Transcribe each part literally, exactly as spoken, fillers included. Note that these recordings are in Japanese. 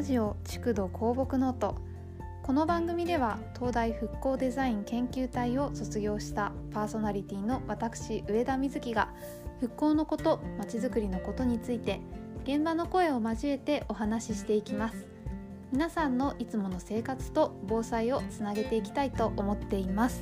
ジオ築土公木ノート。この番組では東大復興デザイン研究隊を卒業したパーソナリティの私上田瑞希が復興のこと、まちづくりのことについて現場の声を交えてお話ししていきます。皆さんのいつもの生活と防災をつなげていきたいと思っています。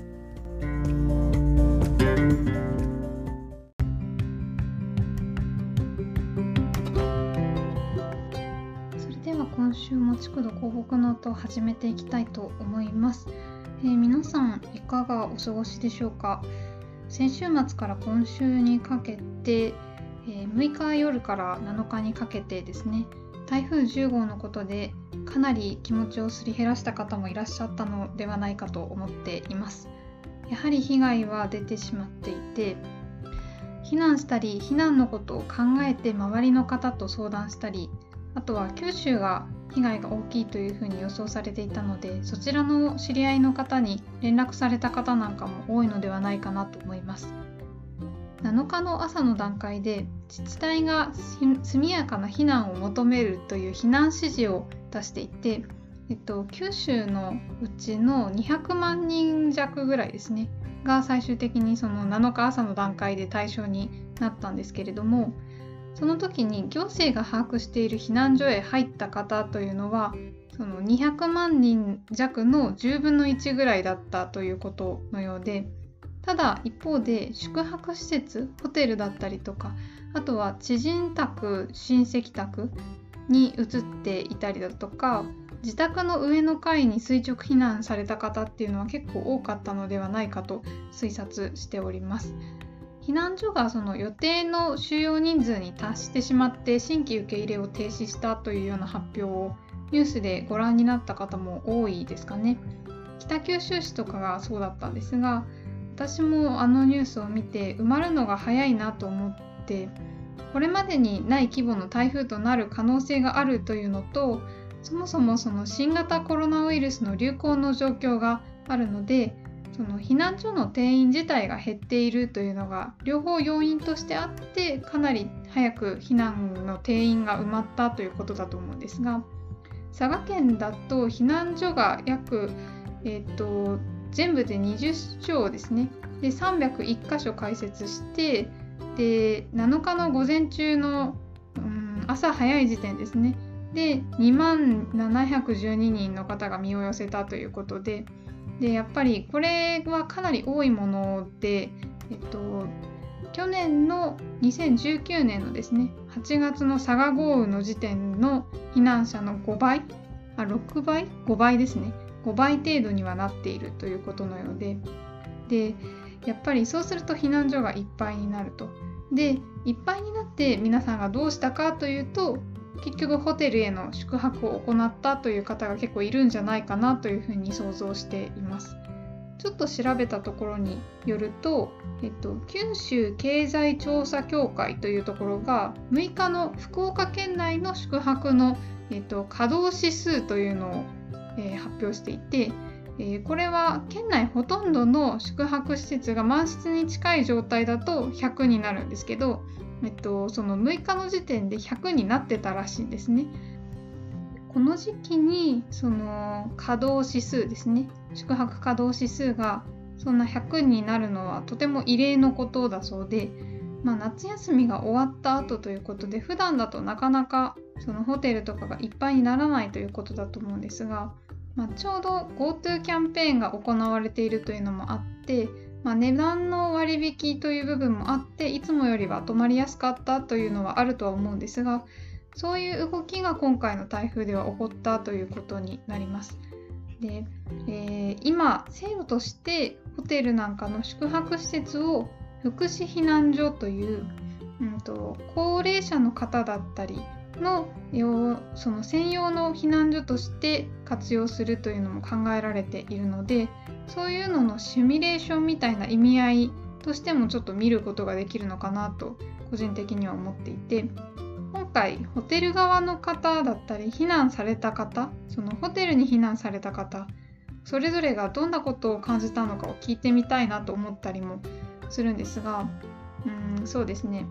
今週も築土公木ノートを始めていきたいと思います。えー、皆さんいかがお過ごしでしょうか。先週末から今週にかけて、えー、むいか夜からなのかにかけてですね、台風じゅうごうのことでかなり気持ちをすり減らした方もいらっしゃったのではないかと思っています。やはり被害は出てしまっていて、避難したり避難のことを考えて周りの方と相談したり、あとは九州が被害が大きいというふうに予想されていたので、そちらの知り合いの方に連絡された方なんかも多いのではないかなと思います。なのかの朝の段階で自治体が速やかな避難を求めるという避難指示を出していて、えっと、九州のうちのにひゃくまんにん弱ぐらいですねが最終的にそのなのか朝の段階で対象になったんですけれども、その時に行政が把握している避難所へ入った方というのはそのにひゃくまんにん弱のじゅうぶんのいちぐらいだったということのようで、ただ一方で宿泊施設、ホテルだったりとか、あとは知人宅、親戚宅に移っていたりだとか、自宅の上の階に垂直避難された方っていうのは結構多かったのではないかと推察しております。避難所がその予定の収容人数に達してしまって新規受け入れを停止したというような発表をニュースでご覧になった方も多いですかね。北九州市とかがそうだったんですが、私もあのニュースを見て埋まるのが早いなと思って、これまでにない規模の台風となる可能性があるというのと、そもそもその新型コロナウイルスの流行の状況があるので、その避難所の定員自体が減っているというのが両方要因としてあって、かなり早く避難の定員が埋まったということだと思うんですが、佐賀県だと避難所が約、えー、と全部でにじゅっしょうですね。でさんびゃくいっかしょ開設して、でなのかの午前中の、うん、朝早い時点ですねでにまんななひゃくじゅうににんの方が身を寄せたということで、でやっぱりこれはかなり多いもので、えっと、去年のにせんじゅうきゅうねんのですねはちがつの佐賀豪雨の時点の避難者のごばい、あろくばいごばいですねごばい程度にはなっているということのようで、でやっぱりそうすると避難所がいっぱいになると。でいっぱいになって皆さんがどうしたかというと、結局ホテルへの宿泊を行ったという方が結構いるんじゃないかなというふうに想像しています。ちょっと調べたところによると、えっと、九州経済調査協会というところがむいかの福岡県内の宿泊の、えっと、稼働指数というのを、えー、発表していて、えー、これは県内ほとんどの宿泊施設が満室に近い状態だとひゃくになるんですけど、えっと、そのむいかの時点でひゃくになってたらしいんですね。この時期にその稼働指数ですね、宿泊稼働指数がそんなひゃくになるのはとても異例のことだそうで、まあ、夏休みが終わった後ということで普段だとなかなかそのホテルとかがいっぱいにならないということだと思うんですが、まあ、ちょうど GoTo キャンペーンが行われているというのもあって、まあ、値段の割引という部分もあっていつもよりは泊まりやすかったというのはあるとは思うんですが、そういう動きが今回の台風では起こったということになります。で、えー、今制度としてホテルなんかの宿泊施設を福祉避難所という、うんと、高齢者の方だったりのその専用の避難所として活用するというのも考えられているので、そういうののシミュレーションみたいな意味合いとしてもちょっと見ることができるのかなと個人的には思っていて、今回ホテル側の方だったり避難された方、そのホテルに避難された方、それぞれがどんなことを感じたのかを聞いてみたいなと思ったりもするんですが、うーんそうですね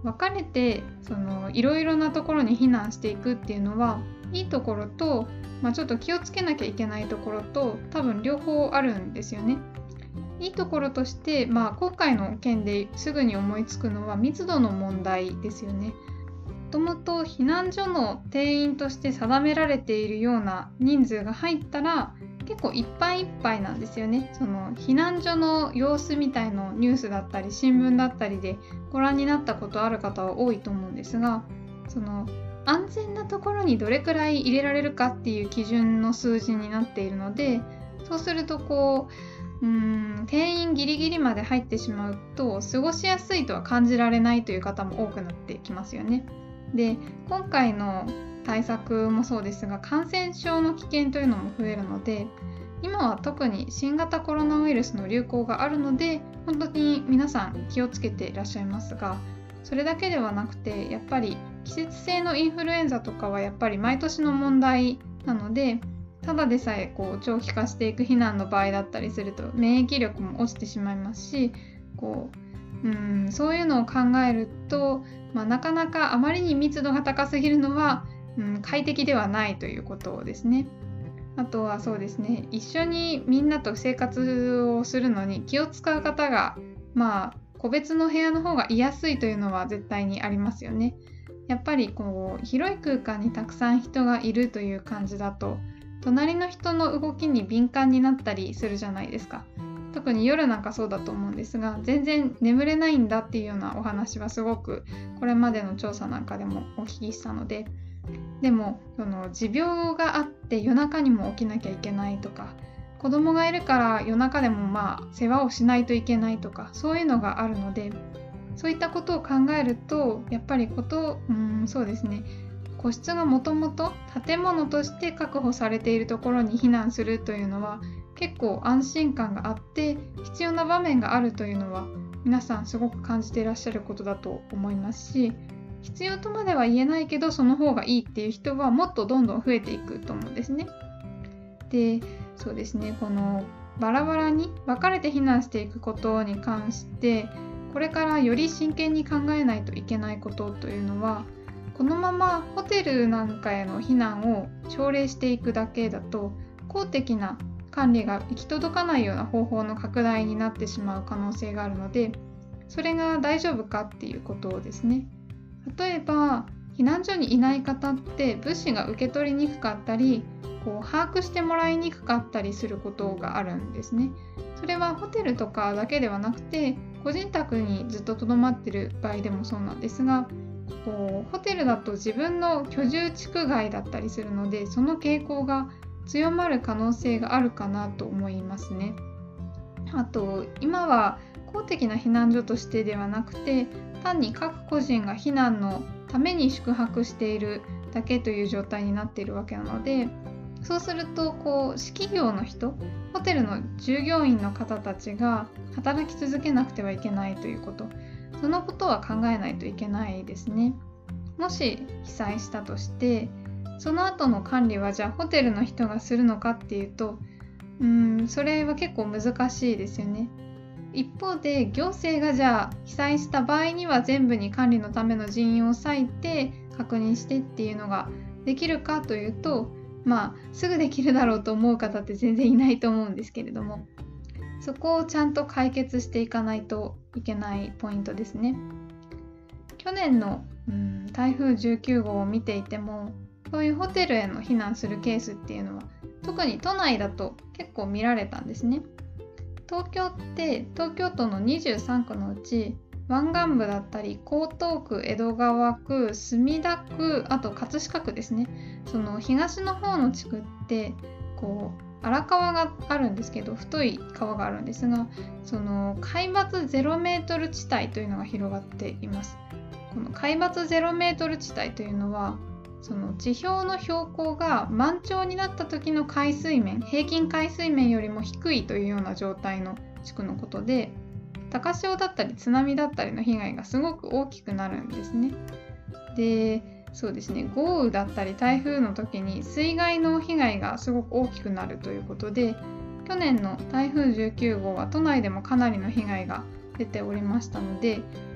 分かれてそのいろいろなところに避難していくっていうのはいいところと、まあ、ちょっと気をつけなきゃいけないところと多分両方あるんですよね。いいところとして、まあ、今回の件ですぐに思いつくのは密度の問題ですよね。もともと避難所の定員として定められているような人数が入ったら結構いっぱいいっぱいなんですよね。その避難所の様子みたいのニュースだったり新聞だったりでご覧になったことある方は多いと思うんですが、その安全なところにどれくらい入れられるかっていう基準の数字になっているので、そうするとこう、うーん定員ギリギリまで入ってしまうと過ごしやすいとは感じられないという方も多くなってきますよね。で、今回の対策もそうですが、感染症の危険というのも増えるので、今は特に新型コロナウイルスの流行があるので本当に皆さん気をつけていらっしゃいますが、それだけではなくてやっぱり季節性のインフルエンザとかはやっぱり毎年の問題なので、ただでさえこう長期化していく避難の場合だったりすると免疫力も落ちてしまいますし、こううんそういうのを考えると、まあ、なかなかあまりに密度が高すぎるのは、うん、快適ではないということですね。あとはそうですね、一緒にみんなと生活をするのに気を使う方が、まあ個別の部屋の方が居やすいというのは絶対にありますよね。やっぱりこう広い空間にたくさん人がいるという感じだと隣の人の動きに敏感になったりするじゃないですか。特に夜なんかそうだと思うんですが、全然眠れないんだっていうようなお話はすごくこれまでの調査なんかでもお聞きしたので、でもその持病があって夜中にも起きなきゃいけないとか、子供がいるから夜中でもまあ世話をしないといけないとか、そういうのがあるので、そういったことを考えるとやっぱりことうんそうですね個室がもともと建物として確保されているところに避難するというのは結構安心感があって必要な場面があるというのは皆さんすごく感じていらっしゃることだと思いますし、必要とまでは言えないけどその方がいいっていう人はもっとどんどん増えていくと思うんですね。で、そうですね、このバラバラに分かれて避難していくことに関してこれからより真剣に考えないといけないことというのは、このままホテルなんかへの避難を奨励していくだけだと公的な管理が行き届かないような方法の拡大になってしまう可能性があるので、それが大丈夫かっていうことですね。例えば避難所にいない方って物資が受け取りにくかったりこう把握してもらいにくかったりすることがあるんですね。それはホテルとかだけではなくて個人宅にずっと留まっている場合でもそうなんですが、こうホテルだと自分の居住地区外だったりするのでその傾向が強まる可能性があるかなと思いますね。あと今は公的な避難所としてではなくて単に各個人が避難のために宿泊しているだけという状態になっているわけなので、そうするとこう私企業の人、ホテルの従業員の方たちが働き続けなくてはいけないということ、そのことは考えないといけないですね。もし被災したとしてその後の管理はじゃあホテルの人がするのかっていうと、うーんそれは結構難しいですよね。一方で行政がじゃあ被災した場合には全部に管理のための人員を割いて確認してっていうのができるかというと、まあすぐできるだろうと思う方って全然いないと思うんですけれども、そこをちゃんと解決していかないといけないポイントですね。去年のうん台風じゅうきゅうごうを見ていてもそういうホテルへの避難するケースっていうのは特に都内だと結構見られたんですね。東京って東京都のにじゅうさんくのうち湾岸部だったり江東区、江戸川区、墨田区、あと葛飾区ですね。その東の方の地区ってこう荒川があるんですけど、太い川があるんですが、その海抜ゼロメートル地帯というのが広がっています。この海抜ゼロメートル地帯というのはその地表の標高が満潮になった時の海水面、平均海水面よりも低いというような状態の地区のことで、高潮だったり津波だったりの被害がすごく大きくなるんですね。で、そうですね、豪雨だったり台風の時に水害の被害がすごく大きくなるということで、去年の台風じゅうきゅうごうは都内でもかなりの被害が出ておりましたので、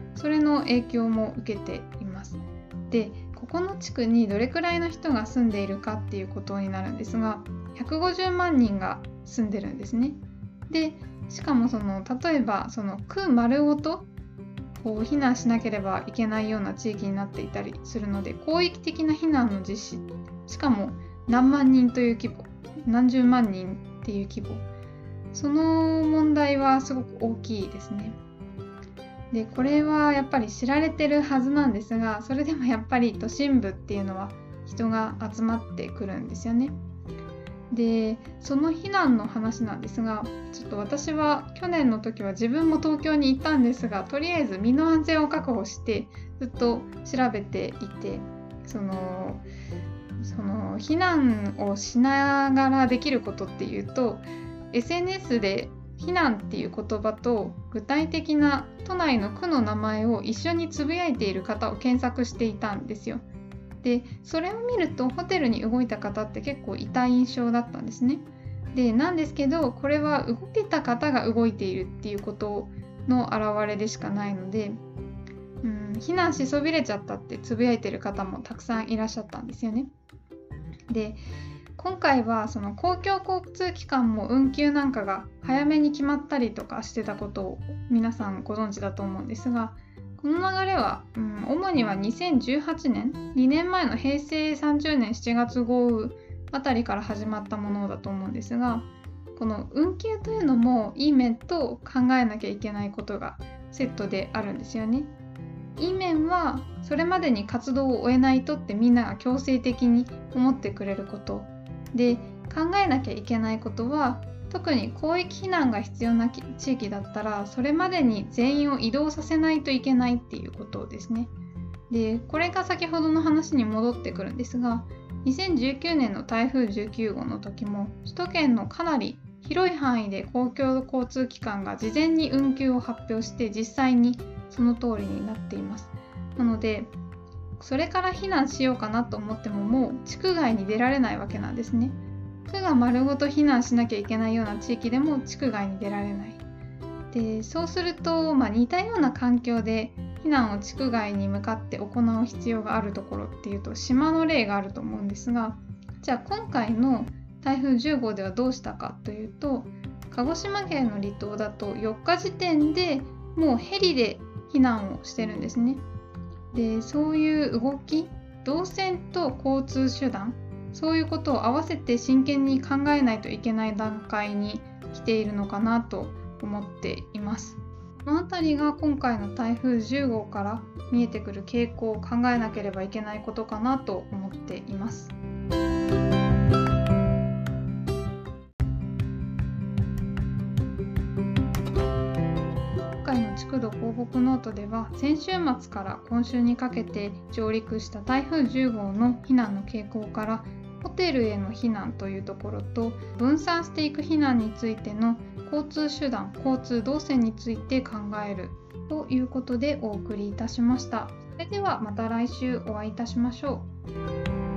それの影響も受けています。で、ここの地区にどれくらいの人が住んでいるかっていうことになるんですが、ひゃくごじゅうまんにんが住んでるんですね。で、しかもその例えばその区丸ごとこう避難しなければいけないような地域になっていたりするので、広域的な避難の実施、しかも何万人という規模、何十万人っていう規模、その問題はすごく大きいですね。で、これはやっぱり知られてるはずなんですが、それでもやっぱり都心部っていうのは人が集まってくるんですよね。で、その避難の話なんですが、ちょっと私は去年の時は自分も東京に行ったんですが、とりあえず身の安全を確保してずっと調べていて、そのその避難をしながらできることっていうと、 エスエヌエス で避難っていう言葉と具体的な都内の区の名前を一緒につぶやいている方を検索していたんですよ。で、それを見るとホテルに動いた方って結構いた印象だったんですね。で、なんですけど、これは動けた方が動いているっていうことの表れでしかないので、うん、避難しそびれちゃったってつぶやいてる方もたくさんいらっしゃったんですよね。で、今回はその公共交通機関も運休なんかが早めに決まったりとかしてたことを皆さんご存知だと思うんですが、この流れは、うん、主にはにせんじゅうはちねん、にねんまえのへいせいさんじゅうねんしちがつ豪雨あたりから始まったものだと思うんですが、この運休というのもいい面と考えなきゃいけないことがセットであるんですよね。いい面はそれまでに活動を終えないとってみんなが強制的に思ってくれることで、考えなきゃいけないことは、特に広域避難が必要な地域だったらそれまでに全員を移動させないといけないっていうことですね。で、これが先ほどの話に戻ってくるんですが、にせんじゅうきゅうねんの台風じゅうきゅうごうの時も首都圏のかなり広い範囲で公共交通機関が事前に運休を発表して、実際にその通りになっています。なので、それから避難しようかなと思ってももう地区外に出られないわけなんですね。区が丸ごと避難しなきゃいけないような地域でも地区外に出られない。で、そうすると、まあ、似たような環境で避難を地区外に向かって行う必要があるところっていうと島の例があると思うんですが、じゃあ今回の台風じゅうごうではどうしたかというと、鹿児島県の離島だとよっか時点でもうヘリで避難をしてるんですね。で、そういう動き、動線と交通手段、そういうことを合わせて真剣に考えないといけない段階に来ているのかなと思っています。このあたりが今回の台風じゅうごうから見えてくる傾向を考えなければいけないことかなと思っています。今回の築土広北ノートでは、先週末から今週にかけて上陸した台風じゅうごうの避難の傾向から、ホテルへの避難というところと分散していく避難についての交通手段、交通動線について考えるということでお送りいたしました。それではまた来週お会いいたしましょう。